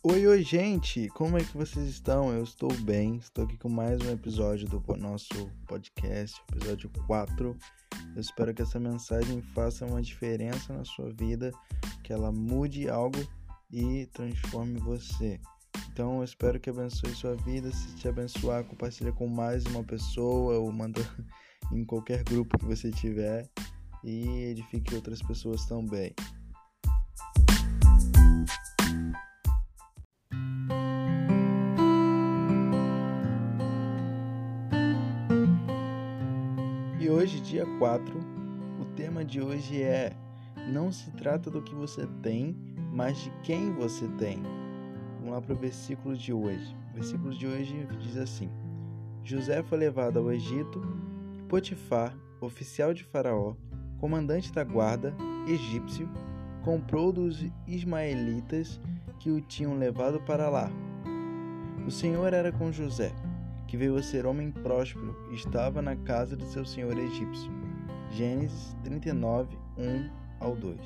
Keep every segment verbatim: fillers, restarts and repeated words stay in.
Oi, oi, gente! Como é que vocês estão? Eu estou bem, estou aqui com mais um episódio do nosso podcast, episódio quatro. Eu espero que essa mensagem faça uma diferença na sua vida, que ela mude algo e transforme você. Então, eu espero que abençoe sua vida. Se te abençoar, compartilha com mais uma pessoa ou manda em qualquer grupo que você tiver e edifique outras pessoas também. E hoje, dia quatro, o tema de hoje é: não se trata do que você tem, mas de quem você tem. Vamos lá para o versículo de hoje. O versículo de hoje diz assim: José foi levado ao Egito, Potifar, oficial de Faraó, comandante da guarda, egípcio, comprou dos ismaelitas que o tinham levado para lá. O Senhor era com José, que veio a ser homem próspero e estava na casa de seu senhor egípcio. Gênesis trinta e nove, um ao dois.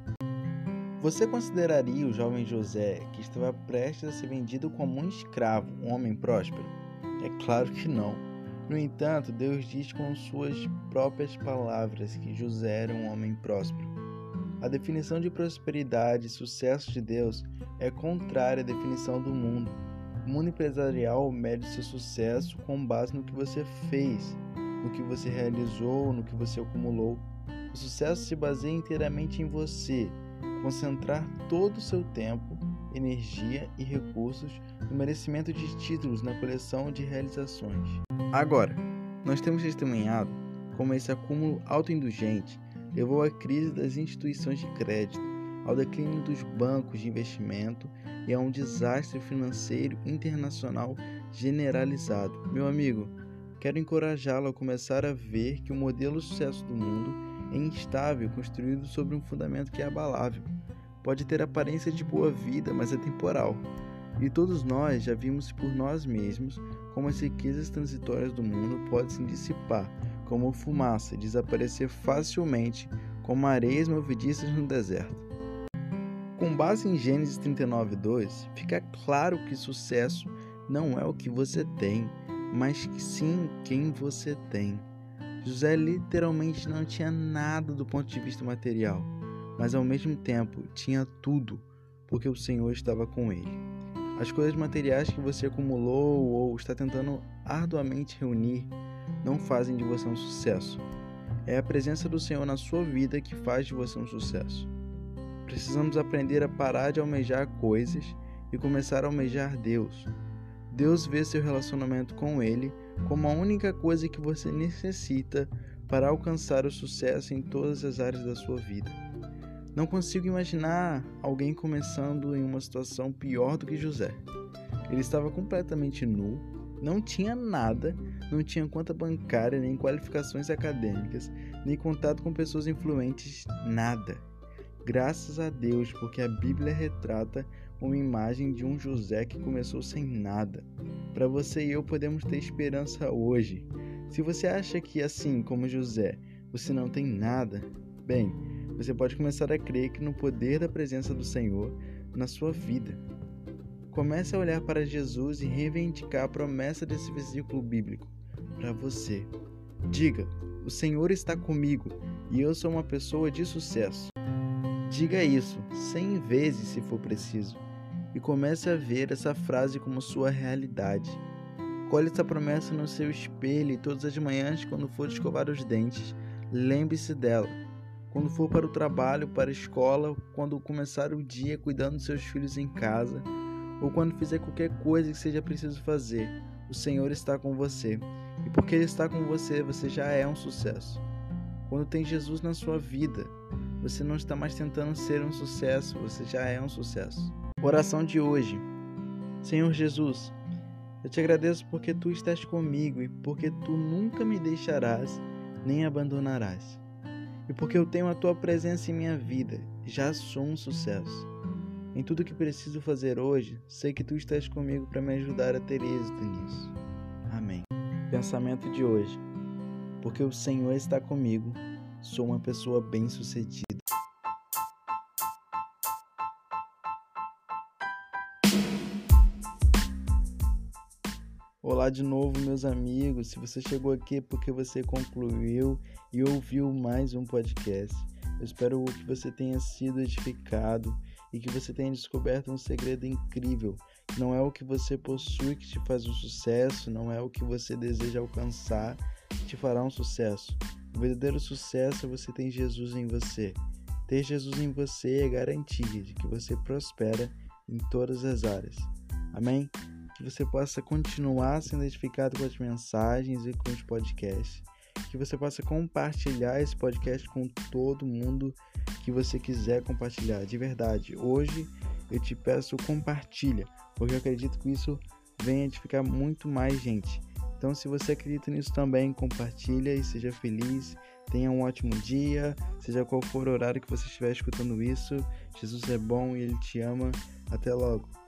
Você consideraria o jovem José, que estava prestes a ser vendido como um escravo, um homem próspero? É claro que não. No entanto, Deus diz com suas próprias palavras que José era um homem próspero. A definição de prosperidade e sucesso de Deus é contrária à definição do mundo. O mundo empresarial mede seu sucesso com base no que você fez, no que você realizou, no que você acumulou. O sucesso se baseia inteiramente em você, concentrar todo o seu tempo, energia e recursos no merecimento de títulos na coleção de realizações. Agora, nós temos testemunhado como esse acúmulo autoindulgente levou à crise das instituições de crédito, ao declínio dos bancos de investimento e a um desastre financeiro internacional generalizado. Meu amigo, quero encorajá-lo a começar a ver que o modelo de sucesso do mundo é instável, construído sobre um fundamento que é abalável. Pode ter aparência de boa vida, mas é temporal. E todos nós já vimos por nós mesmos como as riquezas transitórias do mundo podem se dissipar, como fumaça, e desaparecer facilmente, como areias movediças no deserto. Com base em Gênesis trinta e nove, dois, fica claro que sucesso não é o que você tem, mas sim quem você tem. José literalmente não tinha nada do ponto de vista material, mas ao mesmo tempo tinha tudo, porque o Senhor estava com ele. As coisas materiais que você acumulou ou está tentando arduamente reunir não fazem de você um sucesso. É a presença do Senhor na sua vida que faz de você um sucesso. Precisamos aprender a parar de almejar coisas e começar a almejar Deus. Deus vê seu relacionamento com Ele como a única coisa que você necessita para alcançar o sucesso em todas as áreas da sua vida. Não consigo imaginar alguém começando em uma situação pior do que José. Ele estava completamente nu, não tinha nada, não tinha conta bancária, nem qualificações acadêmicas, nem contato com pessoas influentes, nada. Graças a Deus, porque a Bíblia retrata uma imagem de um José que começou sem nada. Para você e eu podemos ter esperança hoje. Se você acha que, assim como José, você não tem nada, bem, você pode começar a crer que no poder da presença do Senhor na sua vida. Comece a olhar para Jesus e reivindicar a promessa desse versículo bíblico para você. Diga: o Senhor está comigo e eu sou uma pessoa de sucesso. Diga isso cem vezes se for preciso e comece a ver essa frase como sua realidade. Colhe essa promessa no seu espelho e todas as manhãs, quando for escovar os dentes, lembre-se dela. Quando for para o trabalho, para a escola, quando começar o dia cuidando dos seus filhos em casa, ou quando fizer qualquer coisa que seja preciso fazer, o Senhor está com você. E porque Ele está com você, você já é um sucesso. Quando tem Jesus na sua vida, você não está mais tentando ser um sucesso, você já é um sucesso. Oração de hoje. Senhor Jesus, eu te agradeço porque Tu estás comigo e porque Tu nunca me deixarás nem abandonarás. E porque eu tenho a Tua presença em minha vida, já sou um sucesso. Em tudo que preciso fazer hoje, sei que Tu estás comigo para me ajudar a ter êxito nisso. Amém. Pensamento de hoje. Porque o Senhor está comigo, sou uma pessoa bem-sucedida. Olá de novo, meus amigos. Se você chegou aqui é porque você concluiu e ouviu mais um podcast. Eu espero que você tenha sido edificado e que você tenha descoberto um segredo incrível. Não é o que você possui que te faz um sucesso, não é o que você deseja alcançar que te fará um sucesso. O verdadeiro sucesso é você ter Jesus em você. Ter Jesus em você é garantia de que você prospera em todas as áreas. Amém? Que você possa continuar sendo edificado com as mensagens e com os podcasts. Que você possa compartilhar esse podcast com todo mundo que você quiser compartilhar. De verdade, hoje eu te peço compartilha, porque eu acredito que isso venha edificar muito mais gente. Então, se você acredita nisso também, compartilha e seja feliz. Tenha um ótimo dia, seja qual for o horário que você estiver escutando isso. Jesus é bom e Ele te ama. Até logo.